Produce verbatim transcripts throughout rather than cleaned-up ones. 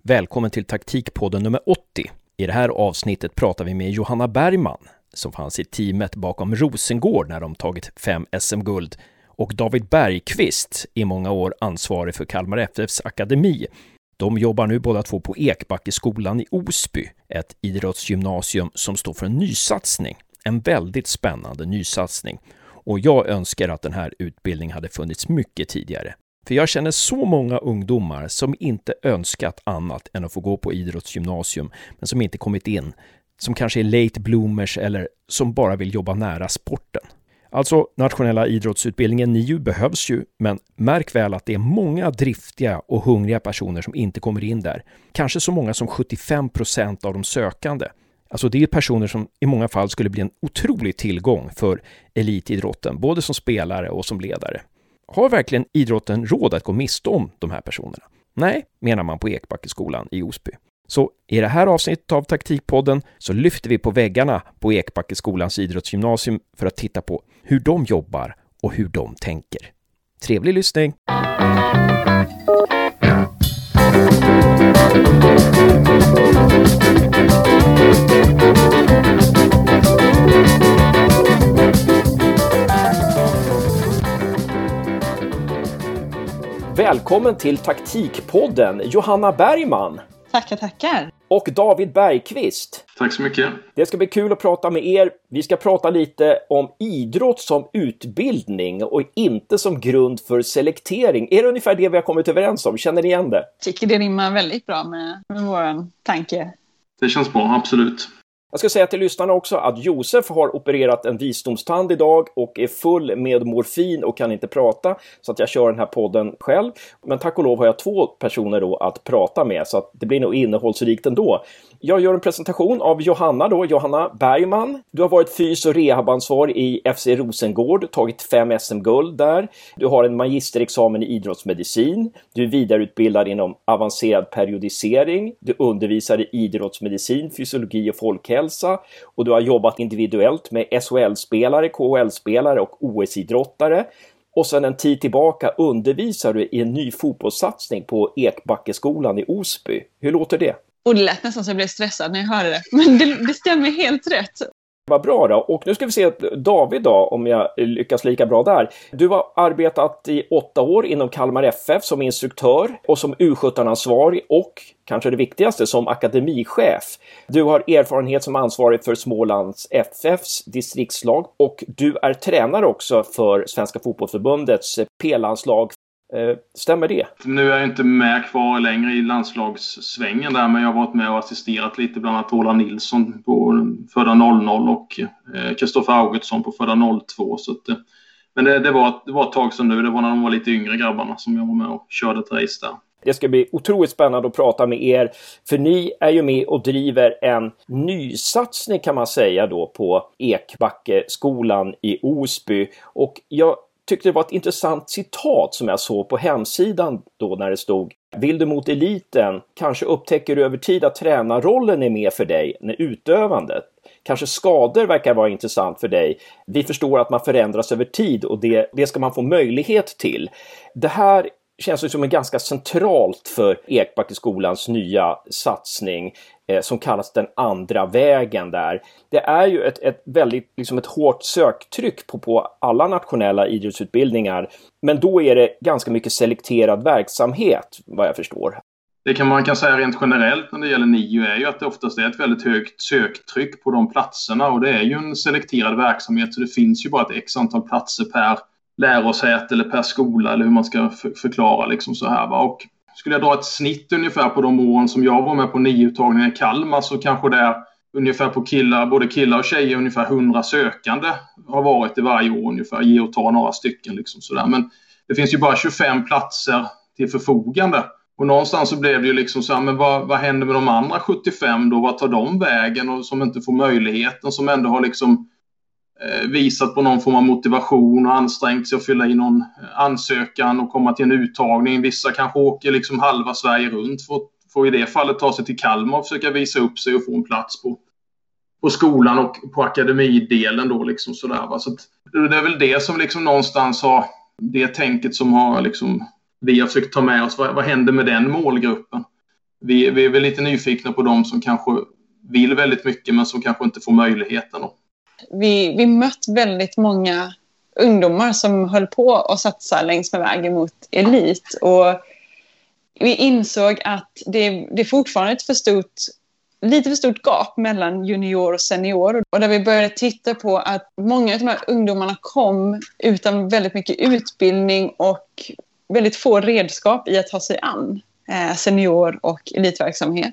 Välkommen till Taktikpodden nummer åttio. I det här avsnittet pratar vi med Johanna Bergman som fanns i teamet bakom Rosengård när de tagit fem S M-guld och David Bergqvist, i många år ansvarig för Kalmar F F:s akademi. De jobbar nu båda två på Ekbackeskolan i Osby, ett idrottsgymnasium som står för en nysatsning. En väldigt spännande nysatsning. Och jag önskar att den här utbildningen hade funnits mycket tidigare. För jag känner så många ungdomar som inte önskat annat än att få gå på idrottsgymnasium men som inte kommit in. Som kanske är late bloomers eller som bara vill jobba nära sporten. Alltså, nationella idrottsutbildningen N I U behövs ju, men märk väl att det är många driftiga och hungriga personer som inte kommer in där. Kanske så många som sjuttiofem procent av de sökande. Alltså det är personer som i många fall skulle bli en otrolig tillgång för elitidrotten, både som spelare och som ledare. Har verkligen idrotten råd att gå miste om de här personerna? Nej, menar man på Ekbackeskolan i Osby. Så i det här avsnittet av Taktikpodden så lyfter vi på väggarna på Ekbackeskolans idrottsgymnasium för att titta på hur de jobbar och hur de tänker. Trevlig lyssning! Välkommen till Taktikpodden, Johanna Bergman. Tackar, tackar. Och David Bergqvist. Tack så mycket. Det ska bli kul att prata med er. Vi ska prata lite om idrott som utbildning och inte som grund för selektering. Är det ungefär det vi har kommit överens om? Känner ni igen det? Jag tycker det rimmar väldigt bra med, med vår tanke. Det känns bra, absolut. Jag ska säga till lyssnarna också att Josef har opererat en visdomstand idag och är full med morfin och kan inte prata, så att jag kör den här podden själv. Men tack och lov har jag två personer då att prata med, så att det blir nog innehållsrikt ändå. Jag gör en presentation av Johanna då, Johanna Bergman. Du har varit fys- och rehabansvarig i F C Rosengård, tagit fem S M-guld där. Du har en magisterexamen i idrottsmedicin. Du är vidareutbildad inom avancerad periodisering. Du undervisar i idrottsmedicin, fysiologi och folkhälsa. Och du har jobbat individuellt med S H L-spelare, K H L-spelare och O S-idrottare. Och sedan en tid tillbaka undervisar du i en ny fotbollssatsning på Ekbackeskolan i Osby. Hur låter det? Och det lät nästan så jag blev stressad när jag hörde det. Men det, det stämmer helt rätt. Vad bra då. Och nu ska vi se att David då, om jag lyckas lika bra där. Du har arbetat i åtta år inom Kalmar F F som instruktör och som U sjutton-ansvarig och, kanske det viktigaste, som akademichef. Du har erfarenhet som ansvarig för Smålands F F:s distriktslag och du är tränare också för Svenska fotbollsförbundets P-landslag. Stämmer det? Nu är jag inte med kvar längre i landslagssvängen där, men jag har varit med och assisterat lite, bland annat Roland Nilsson på födda noll noll och Kristoffer Augustsson på födda noll två. Så att, men det, det, var, det var ett tag sedan nu, det var när de var lite yngre grabbarna som jag var med och körde ett race där. Det ska bli otroligt spännande att prata med er, för ni är ju med och driver en nysatsning kan man säga då på Ekbackeskolan i Osby. Och jag tyckte det var ett intressant citat som jag såg på hemsidan då när det stod: vill du mot eliten, kanske upptäcker du över tid att tränarrollen är med för dig när utövandet. Kanske skador verkar vara intressant för dig. Vi förstår att man förändras över tid och det, det ska man få möjlighet till. Det här känns ju som en ganska centralt för Ekbackeskolans nya satsning eh, som kallas den andra vägen där. Det är ju ett, ett väldigt liksom ett hårt söktryck på, på alla nationella idrottsutbildningar. Men då är det ganska mycket selekterad verksamhet, vad jag förstår. Det kan man kan säga rent generellt när det gäller N I U är ju att det oftast är ett väldigt högt söktryck på de platserna. Och det är ju en selekterad verksamhet, så det finns ju bara ett x antal platser per lärosäte eller per skola, eller hur man ska för- förklara liksom så här, va? Och skulle jag dra ett snitt ungefär på de åren som jag var med på N I U-uttagningen i Kalmar, så kanske det är ungefär på killar, både killar och tjejer, ungefär hundra sökande har varit i varje år ungefär, ge och ta några stycken liksom sådär. Men det finns ju bara tjugofem platser till förfogande. Och någonstans så blev det ju liksom så här, men vad, vad händer med de andra sjuttiofem då? Vad tar de vägen och som inte får möjligheten, som ändå har liksom visat på någon form av motivation och ansträngt sig att fylla i någon ansökan och komma till en uttagning. Vissa kanske åker liksom halva Sverige runt för att få i det fallet ta sig till Kalmar och försöka visa upp sig och få en plats på, på skolan och på akademidelen då liksom sådär, va? Så att det är väl det som liksom någonstans har det tänket som har liksom vi har försökt ta med oss. Vad, vad händer med den målgruppen? vi, vi är väl lite nyfikna på dem som kanske vill väldigt mycket men som kanske inte får möjligheten. Då. Vi, vi mött väldigt många ungdomar som höll på att satsa längs med vägen mot elit. Och vi insåg att det, det är fortfarande ett för stort, lite för stort gap mellan junior och senior. Och där vi började titta på att många av de här ungdomarna kom utan väldigt mycket utbildning och väldigt få redskap i att ta sig an eh, senior- och elitverksamhet.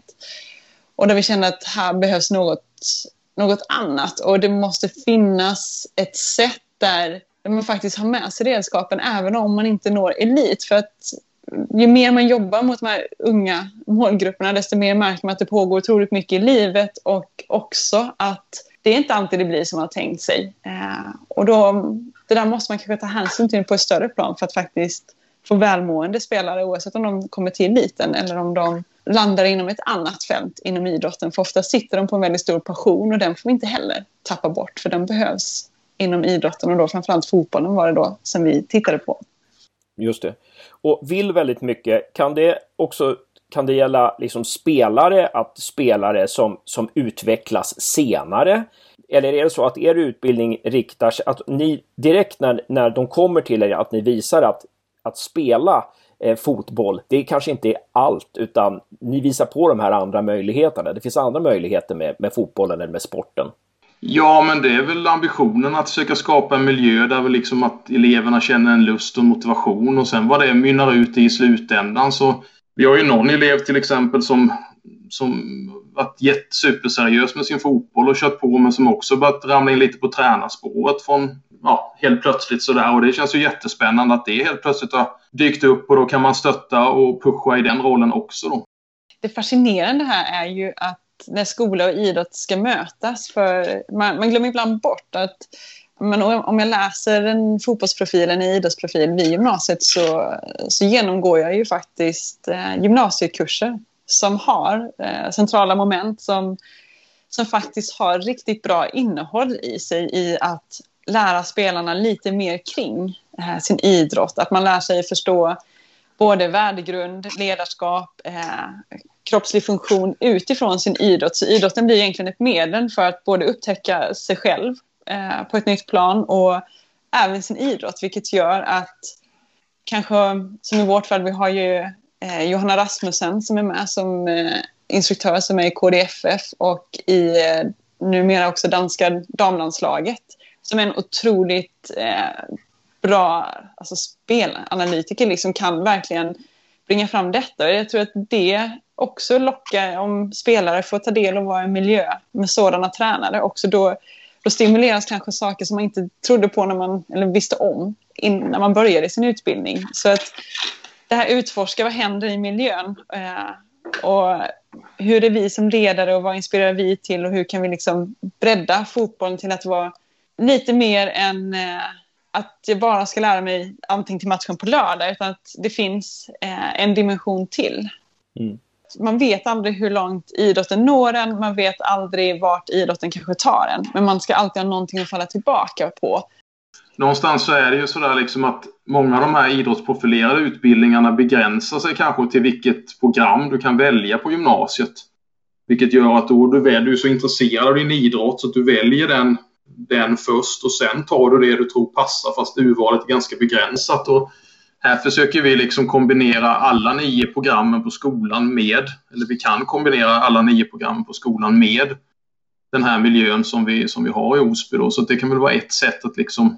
Och där vi kände att här behövs något, något annat. Och det måste finnas ett sätt där man faktiskt har med sig redskapen även om man inte når elit. För att ju mer man jobbar mot de här unga målgrupperna desto mer märker man att det pågår otroligt mycket i livet. Och också att det är inte alltid det blir som man har tänkt sig. Eh, och då, det där måste man kanske ta hänsyn till på ett större plan för att faktiskt få välmående spelare oavsett om de kommer till eliten eller om de landar inom ett annat fält inom idrotten. För ofta sitter de på en väldigt stor passion och den får vi inte heller tappa bort för den behövs inom idrotten och då framförallt fotbollen var det då som vi tittade på. Just det. Och vill väldigt mycket. Kan det också kan det gälla liksom spelare, att spelare som, som utvecklas senare? Eller är det så att er utbildning riktar sig, att ni direkt när, när de kommer till er, att ni visar att, att spela eh, fotboll, det kanske inte är allt, utan ni visar på de här andra möjligheterna. Det finns andra möjligheter med, med fotbollen eller med sporten. Ja, men det är väl ambitionen att försöka skapa en miljö där väl liksom att eleverna känner en lust och motivation och sen vad det mynnar ut i slutändan. Så vi har ju någon elev till exempel som, som varit jättesuperseriös med sin fotboll och kört på men som också börjat ramla in lite på tränarspåret från ja, helt plötsligt sådär. Och det känns ju jättespännande att det helt plötsligt har dykt upp och då kan man stötta och pusha i den rollen också då. Det fascinerande här är ju att när skola och idrott ska mötas, för man, man glömmer ibland bort att men om jag läser en fotbollsprofil, en idrottsprofil vid gymnasiet så, så genomgår jag ju faktiskt eh, gymnasiekurser som har eh, centrala moment som, som faktiskt har riktigt bra innehåll i sig i att lära spelarna lite mer kring eh, sin idrott. Att man lär sig förstå både värdegrund, ledarskap, eh, kroppslig funktion utifrån sin idrott. Så idrotten blir egentligen ett medel för att både upptäcka sig själv eh, på ett nytt plan och även sin idrott. Vilket gör att kanske, som i vårt fall, vi har ju eh, Johanna Rasmussen som är med som eh, instruktör som är i K D F F och i eh, numera också danska damlandslaget. Som är en otroligt eh, bra alltså spelanalytiker, liksom kan verkligen bringa fram detta. Jag tror att det också lockar om spelare får ta del av en miljö med sådana tränare. Också då, då stimuleras kanske saker som man inte trodde på när man, eller visste om innan när man började sin utbildning. Så att det här utforska vad händer i miljön eh, och hur är vi som ledare och vad inspirerar vi till och hur kan vi liksom bredda fotbollen till att vara lite mer än eh, att jag bara ska lära mig allting till matchen på lördag, utan att det finns eh, en dimension till. Mm. Man vet aldrig hur långt idrotten når en, man vet aldrig vart idrotten kanske tar en, men man ska alltid ha någonting att falla tillbaka på. Någonstans så är det ju sådär liksom att många av de här idrottsprofilerade utbildningarna begränsar sig kanske till vilket program du kan välja på gymnasiet. Vilket gör att då du, väl, du är så intresserad av din idrott så att du väljer den den först och sen tar du det du tror passar fast urvalet är ganska begränsat och här försöker vi liksom kombinera alla nio programmen på skolan med, eller vi kan kombinera alla nio programmen på skolan med den här miljön som vi, som vi har i Osby då. Så det kan väl vara ett sätt att liksom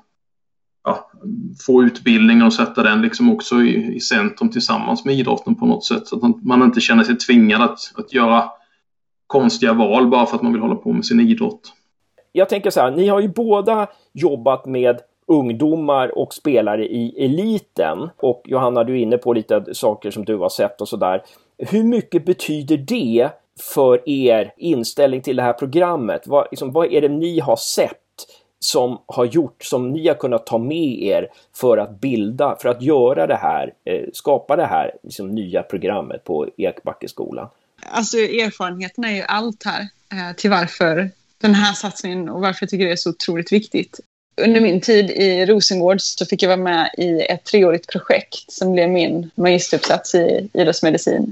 ja, få utbildningen och sätta den liksom också i, i centrum tillsammans med idrotten på något sätt så att man inte känner sig tvingad att, att göra konstiga val bara för att man vill hålla på med sin idrott. Jag tänker så här, ni har ju båda jobbat med ungdomar och spelare i eliten. Och Johanna, du är inne på lite saker som du har sett och sådär. Hur mycket betyder det för er inställning till det här programmet? Vad, liksom, vad är det ni har sett som har gjort, som ni har kunnat ta med er för att bilda, för att göra det här, eh, skapa det här liksom, nya programmet på Ekbackeskolan? Alltså erfarenheten är ju allt här eh, till varför den här satsningen och varför jag tycker det är så otroligt viktigt. Under min tid i Rosengård så fick jag vara med i ett treårigt projekt som blev min magisteruppsats i idrottsmedicin.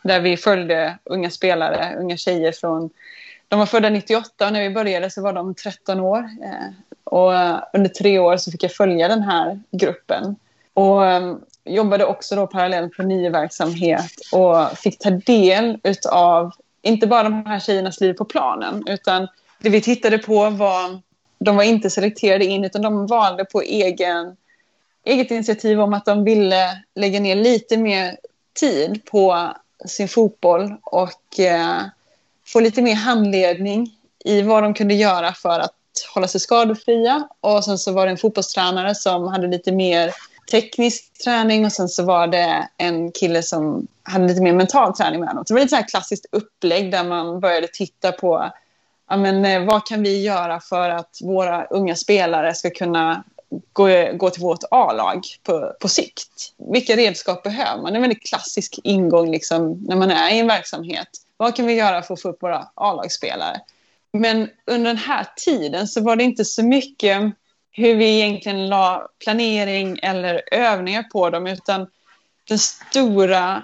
där vi följde unga spelare, unga tjejer från... De var födda nittioåtta och när vi började så var de tretton år. Och under tre år så fick jag följa den här gruppen. Och jobbade också då parallellt på ny verksamhet och fick ta del av inte bara de här tjejernas liv på planen, utan det vi tittade på var, de var inte selekterade in utan de valde på egen, eget initiativ om att de ville lägga ner lite mer tid på sin fotboll och eh, få lite mer handledning i vad de kunde göra för att hålla sig skadefria. Och sen så var det en fotbollstränare som hade lite mer teknisk träning och sen så var det en kille som hade lite mer mental träning med honom. Så det var lite så här klassiskt upplägg där man började titta på ja, men, vad kan vi göra för att våra unga spelare ska kunna gå, gå till vårt A-lag på, på sikt. Vilka redskap behöver man? Det är en väldigt klassisk ingång liksom, när man är i en verksamhet. Vad kan vi göra för att få upp våra A-lagsspelare? Men under den här tiden så var det inte så mycket hur vi egentligen la planering eller övningar på dem, utan den stora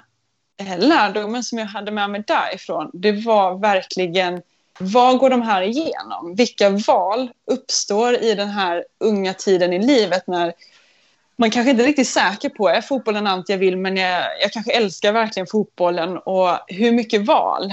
lärdomen som jag hade med mig därifrån, det var verkligen vad går de här igenom? Vilka val uppstår i den här unga tiden i livet när man kanske inte är riktigt säker på är fotbollen allt jag vill, men jag, jag kanske älskar verkligen fotbollen, och hur mycket val?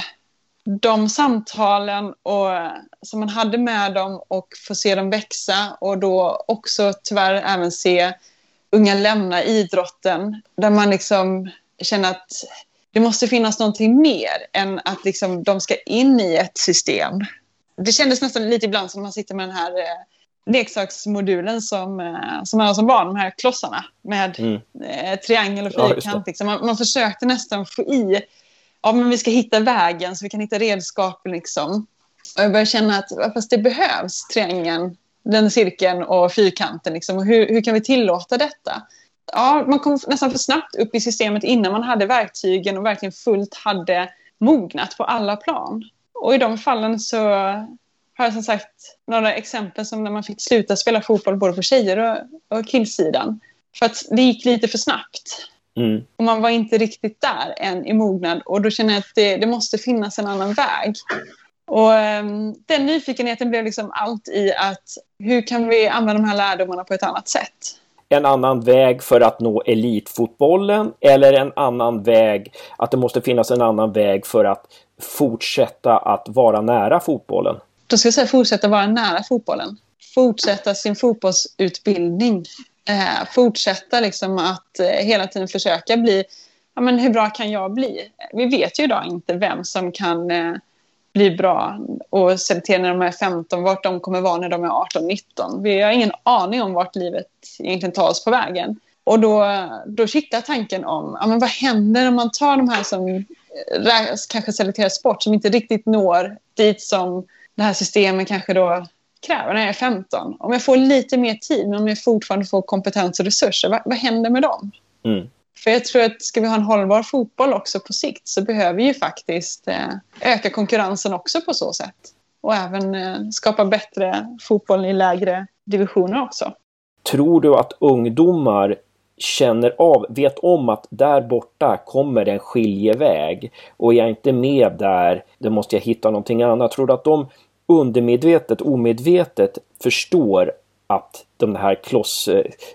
De samtalen och, som man hade med dem och få se dem växa och då också tyvärr även se unga lämna idrotten där man liksom känner att det måste finnas någonting mer än att liksom de ska in i ett system. Det kändes nästan lite ibland som man sitter med den här eh, leksaksmodulen som, eh, som man har som barn, de här klossarna med mm. eh, triangel och fyrkant. Ja, liksom. man, man försökte nästan få i ja, men vi ska hitta vägen så vi kan hitta redskapen liksom. Och jag börjar känna att fast det behövs triangeln, den cirkeln och fyrkanten liksom. Och hur, hur kan vi tillåta detta? Ja, man kom nästan för snabbt upp i systemet innan man hade verktygen och verkligen fullt hade mognat på alla plan. Och i de fallen så har jag som sagt några exempel som när man fick sluta spela fotboll både på tjejer och, och killsidan. För att det gick lite för snabbt. Mm. Och man var inte riktigt där än i mognad. Och då känner jag att det, det måste finnas en annan väg. Och um, den nyfikenheten blev liksom allt i att hur kan vi använda de här lärdomarna på ett annat sätt? En annan väg för att nå elitfotbollen eller en annan väg, att det måste finnas en annan väg för att fortsätta att vara nära fotbollen? Då ska jag säga fortsätta vara nära fotbollen. Fortsätta sin fotbollsutbildning. Eh, fortsätta liksom att eh, hela tiden försöka bli, ja men hur bra kan jag bli? Vi vet ju idag inte vem som kan eh, bli bra och se till när de är femton, vart de kommer vara när de är arton nitton. Vi har ingen aning om vart livet egentligen tar oss på vägen. Och då, då kittlar tanken om, ja men vad händer om man tar de här som eh, kanske selekterar sport som inte riktigt når dit som det här systemet kanske då kräver när jag är femton. Om jag får lite mer tid men om jag fortfarande får kompetens och resurser, vad, vad händer med dem? Mm. För jag tror att ska vi ha en hållbar fotboll också på sikt så behöver vi ju faktiskt eh, öka konkurrensen också på så sätt. Och även eh, skapa bättre fotboll i lägre divisioner också. Tror du att ungdomar känner av, vet om att där borta kommer en skiljeväg och är jag inte med där, då måste jag hitta någonting annat? Tror du att de undermedvetet, omedvetet förstår att de här kloss,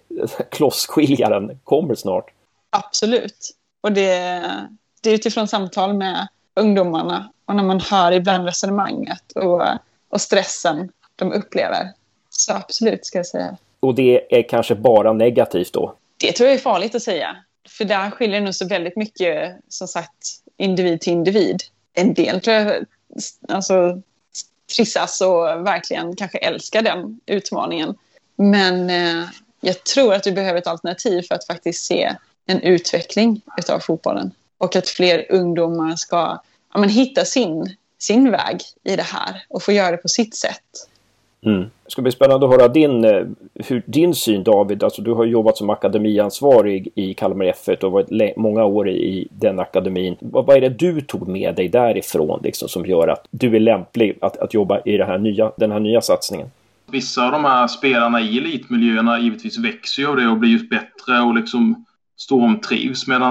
klossskiljaren kommer snart? Absolut. Och det, det är utifrån samtal med ungdomarna och när man hör ibland resonemanget och, och stressen de upplever. Så absolut ska jag säga. Och det är kanske bara negativt då? Det tror jag är farligt att säga. För där skiljer det nog så väldigt mycket, som sagt, individ till individ. En del tror jag alltså, trissas och verkligen kanske älskar den utmaningen. Men eh, jag tror att vi behöver ett alternativ för att faktiskt se en utveckling utav fotbollen. Och att fler ungdomar ska ja, men, hitta sin, sin väg i det här och få göra det på sitt sätt. Mm. Det ska bli spännande att höra din, hur, din syn, David. Alltså, du har jobbat som akademiansvarig i Kalmar F F och varit många år i den akademin. Vad, vad är det du tog med dig därifrån liksom, som gör att du är lämplig att, att jobba i det här nya, den här nya satsningen? Vissa av de här spelarna i elitmiljöerna givetvis växer ju av det och blir just bättre och liksom stormtrivs, medan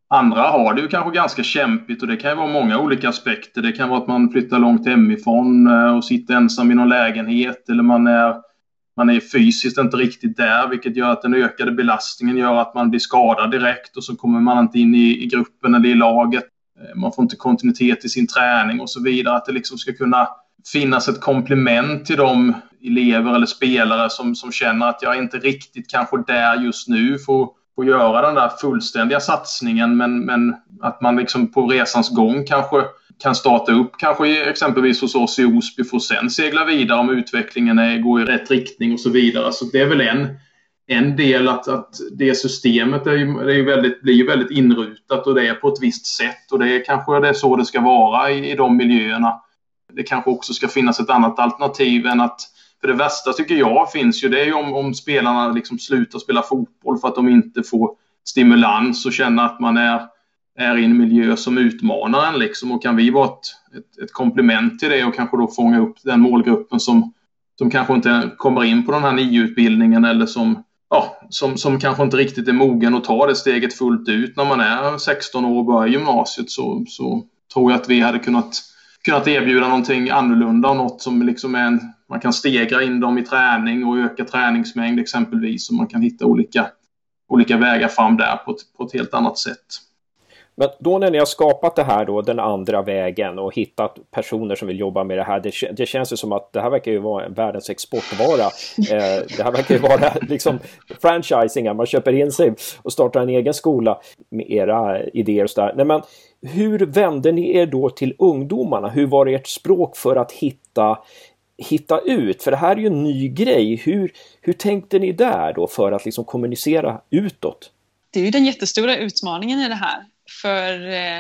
Andra har det ju kanske ganska kämpigt och det kan ju vara många olika aspekter. Det kan vara att man flyttar långt hemifrån och sitter ensam i någon lägenhet, eller man är, man är fysiskt inte riktigt där, vilket gör att den ökade belastningen gör att man blir skadad direkt och så kommer man inte in i, i gruppen eller i laget. Man får inte kontinuitet i sin träning och så vidare. Att det liksom ska kunna finnas ett komplement till de elever eller spelare som, som känner att jag inte riktigt kanske där just nu får, får göra den där fullständiga satsningen, men, men att man liksom på resans gång kanske kan starta upp kanske exempelvis hos oss i Osby för att sen segla vidare om utvecklingen är, går i rätt riktning och så vidare. Så det är väl en, en del att, att det systemet är ju, det är ju väldigt, blir ju väldigt inrutat och det är på ett visst sätt och det är kanske det är så det ska vara i, i de miljöerna. Det kanske också ska finnas ett annat alternativ än att, för det värsta tycker jag finns ju, det är ju om, om spelarna liksom slutar spela fotboll för att de inte får stimulans och känner att man är, är i en miljö som utmanar en liksom, och kan vi vara ett, ett, ett komplement till det och kanske då fånga upp den målgruppen som, som kanske inte kommer in på den här nio-utbildningen eller som, ja, som, som kanske inte riktigt är mogen att ta det steget fullt ut när man är sexton år och börjar gymnasiet, så, så tror jag att vi hade kunnat kunnat erbjuda någonting annorlunda och något som liksom är en, man kan stegra in dem i träning och öka träningsmängd exempelvis, så man kan hitta olika, olika vägar fram där på ett, på ett helt annat sätt. Men då när ni har skapat det här då, den andra vägen och hittat personer som vill jobba med det här, det, det känns ju som att det här verkar ju vara världens exportvara. Eh, det här verkar ju vara liksom franchisingar, man köper in sig och startar en egen skola med era idéer och sådär. Nej, men hur vände ni er då till ungdomarna? Hur var ert språk för att hitta, hitta ut? För det här är ju en ny grej. Hur, hur tänkte ni där då för att liksom kommunicera utåt? Det är ju den jättestora utmaningen i det här. För eh,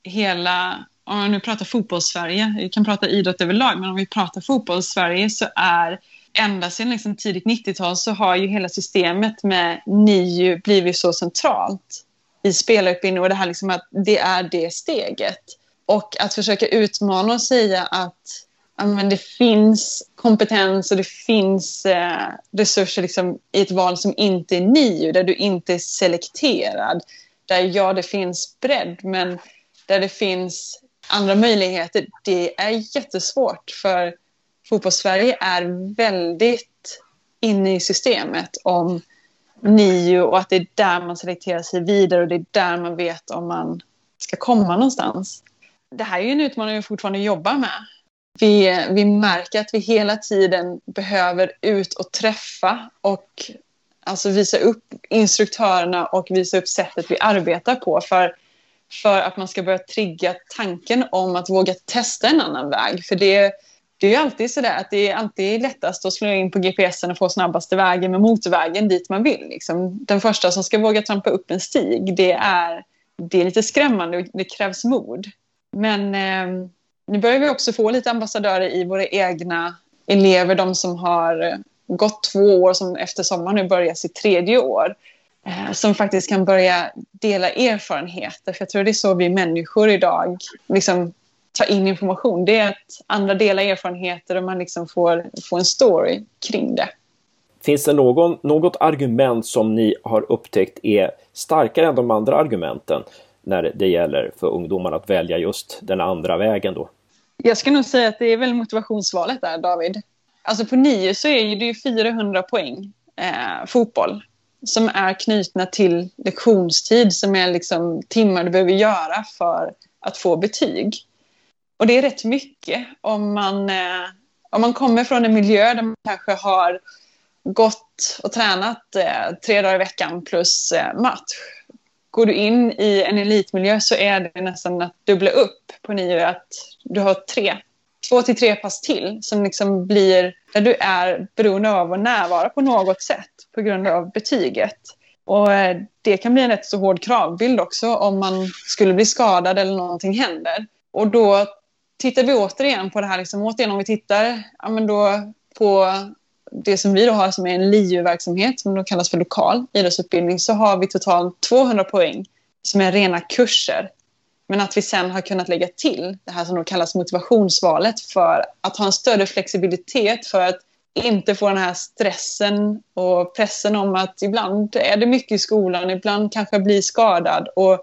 hela, om vi nu pratar fotbollssverige, vi kan prata idrott överlag, men om vi pratar fotbollssverige så är ända sedan liksom tidigt nittiotal så har ju hela systemet med N I U blivit så centralt i spelarutbildning, och det här liksom att det är det steget. Och att försöka utmana och säga att ja, men det finns kompetens och det finns eh, resurser liksom i ett val som inte är N I U, där du inte är selekterad. Där ja, det finns bredd, men där det finns andra möjligheter, det är jättesvårt. För fotbollssverige är väldigt inne i systemet om N I U och att det är där man selekterar sig vidare och det är där man vet om man ska komma någonstans. Det här är ju en utmaning vi fortfarande jobbar med. Vi, vi märker att vi hela tiden behöver ut och träffa och alltså visa upp instruktörerna och visa upp sättet vi arbetar på för, för att man ska börja trigga tanken om att våga testa en annan väg. För det, det är ju alltid sådär att det är alltid lättast att slå in på G P S'en och få snabbaste vägen med motorvägen dit man vill. Liksom. Den första som ska våga trampa upp en stig, det är, det är lite skrämmande och det krävs mod. Men eh, nu börjar vi också få lite ambassadörer i våra egna elever, de som har gått två år som efter sommaren nu börjar sitt tredje år, eh, som faktiskt kan börja dela erfarenheter. För jag tror det är så vi människor idag liksom tar in information. Det är att andra delar erfarenheter och man liksom får, får en story kring det. Finns det någon, något argument som ni har upptäckt är starkare än de andra argumenten när det gäller för ungdomarna att välja just den andra vägen då? Jag ska nog säga att det är väl motivationsvalet där, David. Alltså på nio så är det ju fyrahundra poäng eh, fotboll som är knutna till lektionstid, som är liksom timmar du behöver göra för att få betyg. Och det är rätt mycket om man, eh, om man kommer från en miljö där man kanske har gått och tränat eh, tre dagar i veckan plus eh, match. Går du in i en elitmiljö så är det nästan att dubbla upp på nio, att du har tre, två till tre pass till som liksom blir där du är beroende av att närvara på något sätt på grund av betyget. Och det kan bli en rätt så hård kravbild också om man skulle bli skadad eller någonting händer. Och då tittar vi återigen på det här, liksom, återigen om vi tittar ja, men då på det som vi då har som är en L I U-verksamhet som då kallas för lokal idrottsutbildning, så har vi totalt tvåhundra poäng som är rena kurser. Men att vi sen har kunnat lägga till det här som då kallas motivationsvalet för att ha en större flexibilitet, för att inte få den här stressen och pressen om att ibland är det mycket i skolan, ibland kanske blir skadad och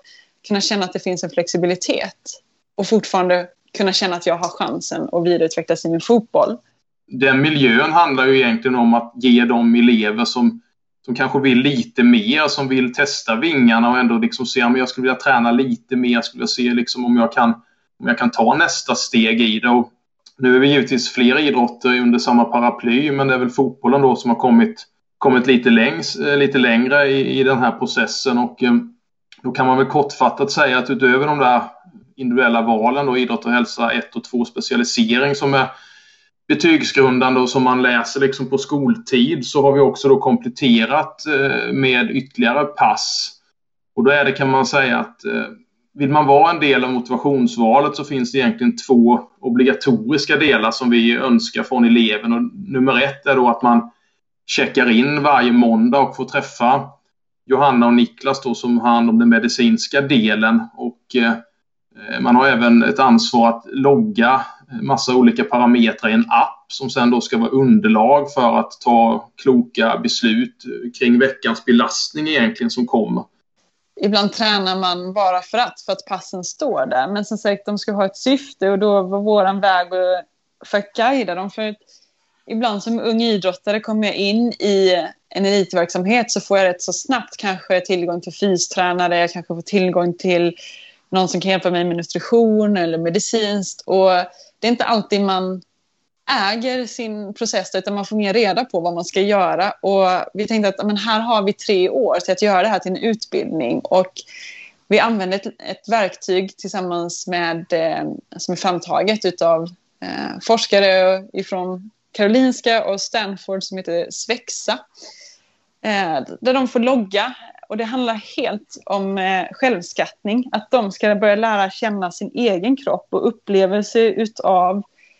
kunna känna att det finns en flexibilitet och fortfarande kunna känna att jag har chansen att vidareutvecklas i min fotboll. Den miljön handlar ju egentligen om att ge de elever som, som kanske vill lite mer, som vill testa vingarna och ändå liksom se om jag skulle vilja träna lite mer, jag skulle vilja se liksom om jag kan, om jag kan ta nästa steg i det. Och nu är vi givetvis flera idrotter under samma paraply, men det är väl fotbollen då som har kommit, kommit lite, längs, lite längre i, i den här processen. Och eh, då kan man väl kortfattat säga att utöver de där individuella valen då, idrott och hälsa ett och två specialisering som är betygsgrundande och som man läser liksom på skoltid, så har vi också då kompletterat eh, med ytterligare pass. Och då är det, kan man säga, att eh, vill man vara en del av motivationsvalet så finns det egentligen två obligatoriska delar som vi önskar från eleven. Och nummer ett är då att man checkar in varje måndag och får träffa Johanna och Niklas då, som har hand om den medicinska delen. Och eh, man har även ett ansvar att logga massa olika parametrar i en app som sen då ska vara underlag för att ta kloka beslut kring veckans belastning egentligen som kommer. Ibland tränar man bara för att, för att passen står där. Men som sagt, de ska ha ett syfte och då var våran väg för att guida dem. För att ibland som ung idrottare kommer jag in i en elitverksamhet så får jag rätt så snabbt kanske tillgång till fystränare. Jag kanske får tillgång till någon som kan hjälpa mig med nutrition eller medicinskt. Och det är inte alltid man äger sin process utan man får mer reda på vad man ska göra. Och vi tänkte att men här har vi tre år till att göra det här till en utbildning. Och vi använder ett, ett verktyg tillsammans med, eh, som är framtaget utav eh, forskare ifrån Karolinska och Stanford som heter Svexa. Eh, där de får logga. Och det handlar helt om eh, självskattning. Att de ska börja lära känna sin egen kropp och upplevelse utav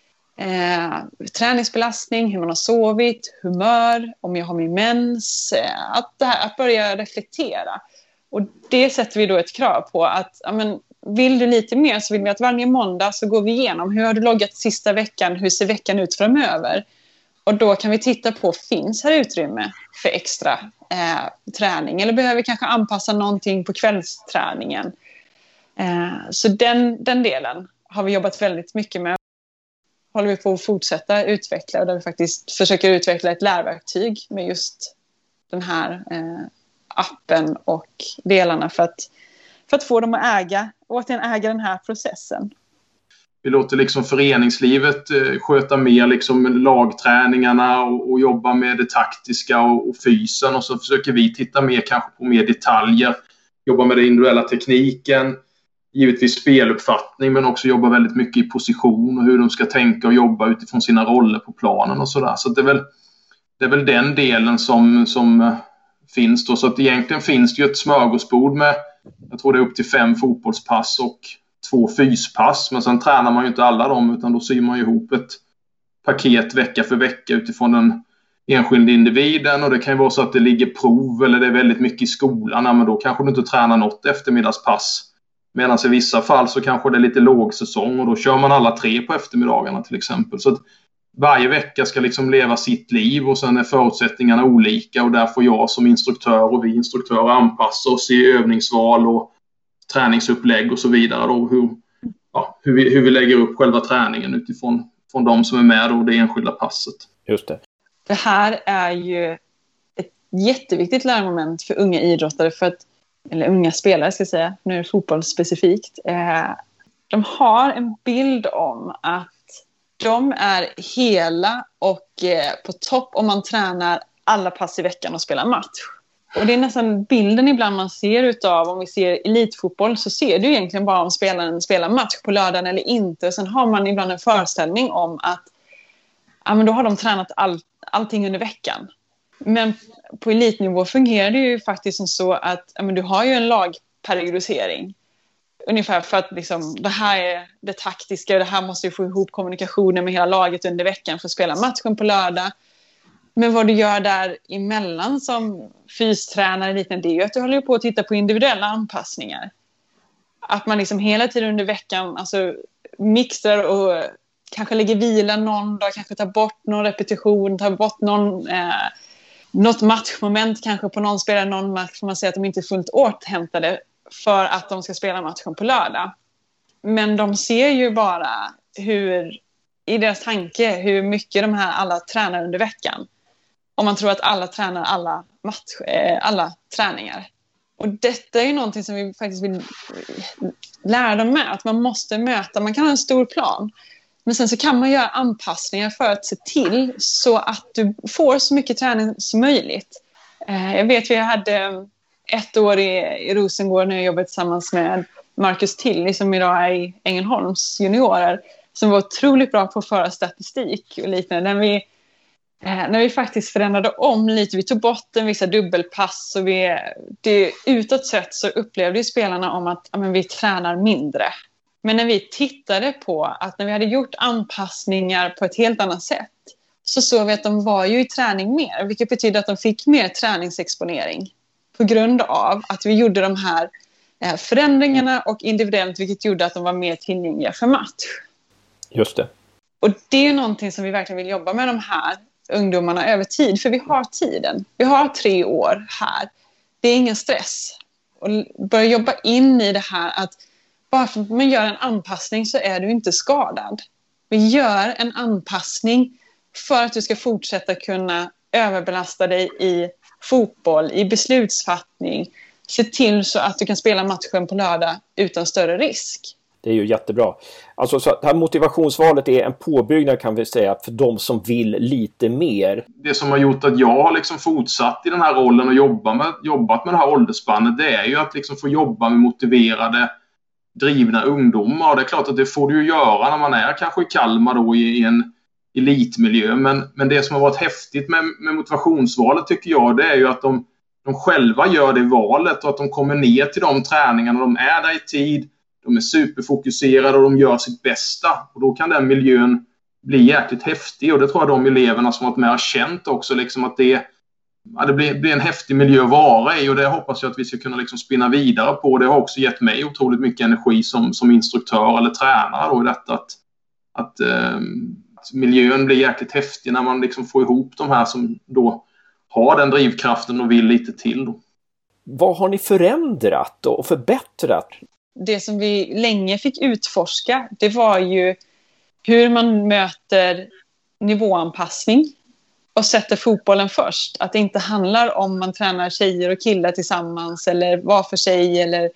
eh, träningsbelastning, hur man har sovit, humör, om jag har min mens. Eh, att, det här, att börja reflektera. Och det sätter vi då ett krav på. Att ja, men, vill du lite mer så vill vi att varje måndag så går vi igenom. Hur har du loggat sista veckan? Hur ser veckan ut framöver? Och då kan vi titta på, finns här utrymme för extra eh, träning? Eller behöver vi kanske anpassa någonting på kvällsträningen? Eh, så den, den delen har vi jobbat väldigt mycket med. Håller vi på att fortsätta utveckla. Och där vi faktiskt försöker utveckla ett lärverktyg med just den här eh, appen och delarna. För att, för att få dem att äga, återigen äga den här processen. Vi låter liksom föreningslivet eh, sköta mer liksom lagträningarna och, och jobba med det taktiska och, och fysen. Och så försöker vi titta mer kanske på mer detaljer. Jobba med den individuella tekniken. Givetvis speluppfattning men också jobba väldigt mycket i position och hur de ska tänka och jobba utifrån sina roller på planen och sådär. Så det är väl, det är väl den delen som, som finns då. Så att egentligen finns det ju ett smörgåsbord med, jag tror det är upp till fem fotbollspass och två fyspass, men sen tränar man ju inte alla dem utan då syr man ihop ett paket vecka för vecka utifrån den enskilda individen. Och det kan ju vara så att det ligger prov eller det är väldigt mycket i skolan, ja, men då kanske du inte tränar något eftermiddagspass. Medan i vissa fall så kanske det är lite lågsäsong och då kör man alla tre på eftermiddagarna till exempel. Så att varje vecka ska liksom leva sitt liv och sen är förutsättningarna olika och där får jag som instruktör och vi instruktörer anpassa oss i övningsval och träningsupplägg och så vidare då, hur, ja, hur, vi, hur vi lägger upp själva träningen utifrån från de som är med och det enskilda passet. Just det. Det här är ju ett jätteviktigt lärmoment för unga idrottare, för att, eller unga spelare ska jag säga, nu är det fotboll specifikt. Eh, de har en bild om att de är hela och eh, på topp om man tränar alla pass i veckan och spelar match. Och det är nästan bilden ibland man ser utav, om vi ser elitfotboll så ser du egentligen bara om spelaren spelar match på lördagen eller inte. Sen har man ibland en föreställning om att ja, men då har de tränat all, allting under veckan. Men på elitnivå fungerar det ju faktiskt som så att ja, men du har ju en lagperiodisering. Ungefär för att liksom, det här är det taktiska och det här måste ju få ihop kommunikationen med hela laget under veckan för att spela matchen på lördag. Men vad du gör där emellan som fystränare lite, det är ju att du håller på att titta på individuella anpassningar. Att man liksom hela tiden under veckan alltså, mixar och kanske lägger vila någon dag, kanske tar bort någon repetition, tar bort någon, eh, något matchmoment kanske på någon spelare, någon match får man säga att de inte är fullt återhämtade. för att de ska spela matchen på lördag. Men de ser ju bara hur, i deras tanke, hur mycket de här alla tränar under veckan. Om man tror att alla tränar alla, match, alla träningar. Och detta är ju någonting som vi faktiskt vill lära dem med. Att man måste möta, man kan ha en stor plan. Men sen så kan man göra anpassningar för att se till så att du får så mycket träning som möjligt. Jag vet, vi hade ett år i, i Rosengård när jag jobbade tillsammans med Marcus Tilly som idag är i Ängelholms juniorer. Som var otroligt bra på att föra statistik och liknande. När vi, när vi faktiskt förändrade om lite, vi tog bort en vissa dubbelpass. Och vi, det, utåt sett så upplevde ju spelarna om att ja, men vi tränar mindre. Men när vi tittade på att när vi hade gjort anpassningar på ett helt annat sätt så såg vi att de var ju i träning mer. Vilket betyder att de fick mer träningsexponering på grund av att vi gjorde de här förändringarna och individuellt, vilket gjorde att de var mer tillgängliga för match. Just det. Och det är någonting som vi verkligen vill jobba med de här ungdomarna över tid. För vi har tiden. Vi har tre år här. Det är ingen stress. Och börja jobba in i det här att bara för att man gör en anpassning så är du inte skadad. Vi gör en anpassning för att du ska fortsätta kunna överbelasta dig i fotboll, i beslutsfattning. Se till så att du kan spela matchen på lördag utan större risk. Det är ju jättebra. Alltså så det här motivationsvalet är en påbyggnad kan vi säga för de som vill lite mer. Det som har gjort att jag har liksom fortsatt i den här rollen och jobba med, jobbat med det här åldersspannet, det är ju att liksom få jobba med motiverade, drivna ungdomar. Och det är klart att det får du ju göra när man är kanske i Kalmar då i, i en elitmiljö. Men, men det som har varit häftigt med, med motivationsvalet tycker jag, det är ju att de, de själva gör det valet och att de kommer ner till de träningarna. De är där i tid, de är superfokuserade och de gör sitt bästa. Och då kan den miljön bli jäkligt häftig. Och det tror jag de eleverna som varit med har känt också, liksom att det, ja, det blir, blir en häftig miljö att vara i. Och det hoppas jag att vi ska kunna liksom spinna vidare på. Det har också gett mig otroligt mycket energi som, som instruktör eller tränare då i detta. Att, att, eh, att miljön blir jäkligt häftig när man liksom får ihop de här som då har den drivkraften och vill lite till. Då. Vad har ni förändrat och förbättrat? Det som vi länge fick utforska, det var ju hur man möter nivåanpassning och sätter fotbollen först. Att det inte handlar om man tränar tjejer och killar tillsammans eller var för sig eller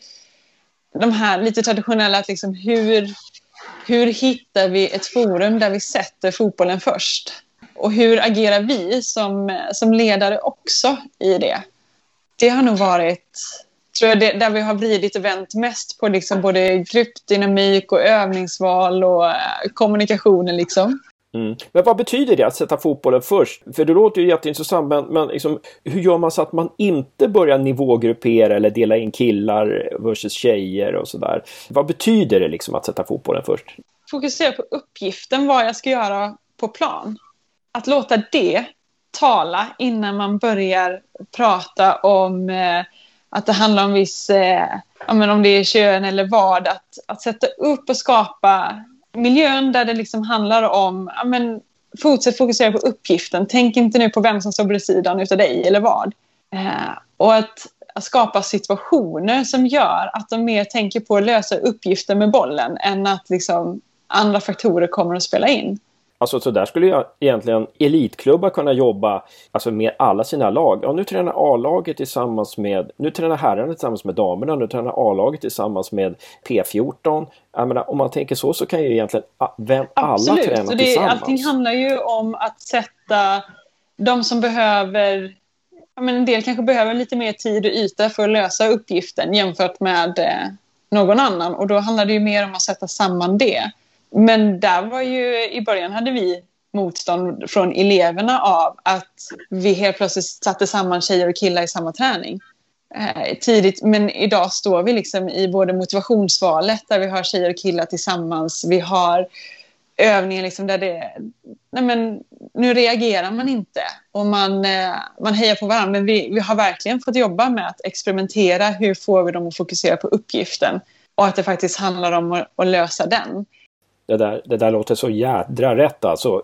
de här lite traditionella, att liksom hur, hur hittar vi ett forum där vi sätter fotbollen först? Och hur agerar vi som, som ledare också i det? Det har nog varit, tror jag, det, där vi har vridit och vänt mest på liksom både gruppdynamik och övningsval och äh, kommunikationen liksom. Mm. Men vad betyder det att sätta fotbollen först? För det låter ju jätteintressant, men, men liksom, hur gör man så att man inte börjar nivågruppera eller dela in killar versus tjejer och sådär? Vad betyder det liksom att sätta fotbollen först? Fokusera på uppgiften, vad jag ska göra på plan. Att låta det tala innan man börjar prata om eh, att det handlar om viss, eh, ja, men om det är kön eller vad. Att, att sätta upp och skapa miljön där det liksom handlar om, ja, men fortsätt fokusera på uppgiften. Tänk inte nu på vem som står bredvid sidan utav dig eller vad. Eh, och att, att skapa situationer som gör att de mer tänker på att lösa uppgiften med bollen än att liksom andra faktorer kommer att spela in. Alltså så där skulle jag egentligen elitklubbar kunna jobba alltså med alla sina lag. Ja, nu tränar A-laget tillsammans med, nu tränar herrarna tillsammans med damerna, nu tränar A-laget tillsammans med P fjorton. Jag menar, om man tänker så så kan ju egentligen vem, alla Absolut. träna det, tillsammans. Allting handlar ju om att sätta de som behöver, ja, men en del kanske behöver lite mer tid och yta för att lösa uppgiften jämfört med eh, någon annan. Och då handlar det ju mer om att sätta samman det. Men där var ju, i början hade vi motstånd från eleverna av att vi helt plötsligt satte samman tjejer och killar i samma träning eh, tidigt. Men idag står vi liksom i både motivationsvalet där vi har tjejer och killar tillsammans. Vi har övningar liksom där det, nej men nu reagerar man inte och man, eh, man hejar på varandra. Men vi, vi har verkligen fått jobba med att experimentera. Hur får vi dem att fokusera på uppgiften och att det faktiskt handlar om att, att lösa den. Det där, det där låter så jädra rätt alltså. Jag,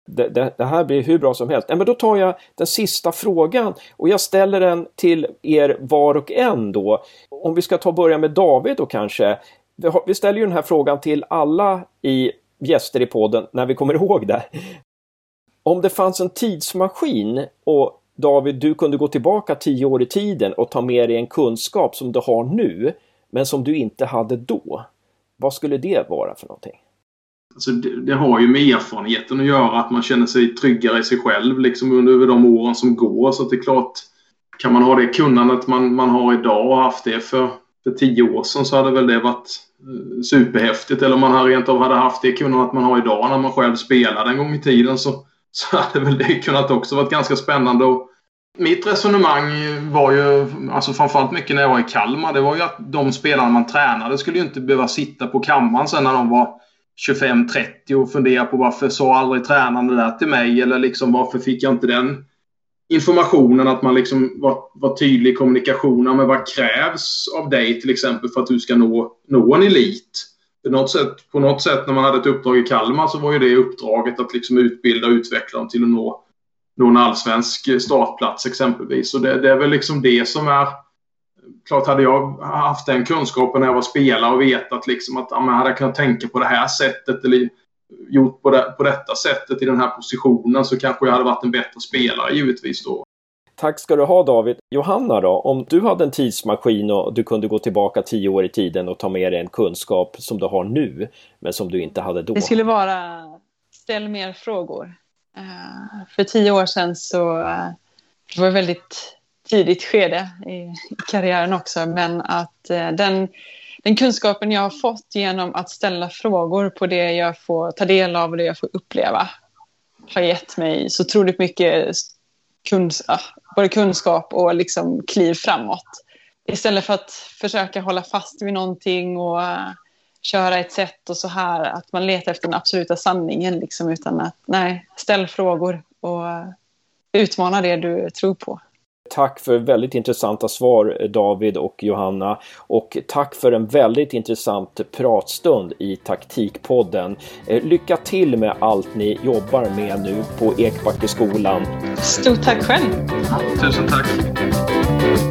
det, det, det här blir hur bra som helst. Men då tar jag den sista frågan och jag ställer den till er var och en då. Om vi ska ta börja med David då kanske. Vi, har, vi ställer ju den här frågan till alla i gäster i podden när vi kommer ihåg det. Om det fanns en tidsmaskin och David, du kunde gå tillbaka tio år i tiden och ta med dig en kunskap som du har nu men som du inte hade då. Vad skulle det vara för någonting? Alltså det, det har ju med erfarenheten att göra, att man känner sig tryggare i sig själv liksom under de åren som går. Så att det är klart, kan man ha det kunnandet man, man har idag och haft det för, för tio år sedan, så hade väl det varit eh, superhäftigt. Eller om man hade rent av hade haft det kunnandet man har idag när man själv spelade en gång i tiden, så, så hade väl det kunnat också varit ganska spännande. Och mitt resonemang var ju, alltså framförallt mycket när jag var i Kalmar, det var ju att de spelarna man tränade skulle ju inte behöva sitta på kammaren sen när de var tjugofem trettio och fundera på varför sa aldrig tränaren det där till mig, eller liksom varför fick jag inte den informationen, att man liksom var, var tydlig i kommunikationen med vad krävs av dig till exempel för att du ska nå, nå en elit. På något, sätt, på något sätt när man hade ett uppdrag i Kalmar så var ju det uppdraget att liksom utbilda och utveckla dem till att nå, nå en allsvensk startplats exempelvis. Så det, det är väl liksom det som är, klart hade jag haft den kunskapen när jag var spelare och vetat liksom att ja, man hade kunnat tänka på det här sättet eller gjort på, det, på detta sättet i den här positionen, så kanske jag hade varit en bättre spelare givetvis då. Tack ska du ha David. Johanna då, om du hade en tidsmaskin och du kunde gå tillbaka tio år i tiden och ta med dig en kunskap som du har nu men som du inte hade då. Det skulle vara ställ mer frågor. Uh, för tio år sedan så uh, det var väldigt tidigt skede i, i karriären också, men att uh, den, den kunskapen jag har fått genom att ställa frågor på det jag får ta del av och det jag får uppleva har gett mig så otroligt mycket kunsk- både kunskap och liksom kliv framåt. Istället för att försöka hålla fast vid någonting och uh, köra ett sätt och så här, att man letar efter den absoluta sanningen liksom, utan att, nej, ställ frågor och uh, utmana det du tror på. Tack för väldigt intressanta svar David och Johanna, och tack för en väldigt intressant pratstund i Taktikpodden. Lycka till med allt ni jobbar med nu på Ekbackeskolan. Stort tack själv. Tusen tack.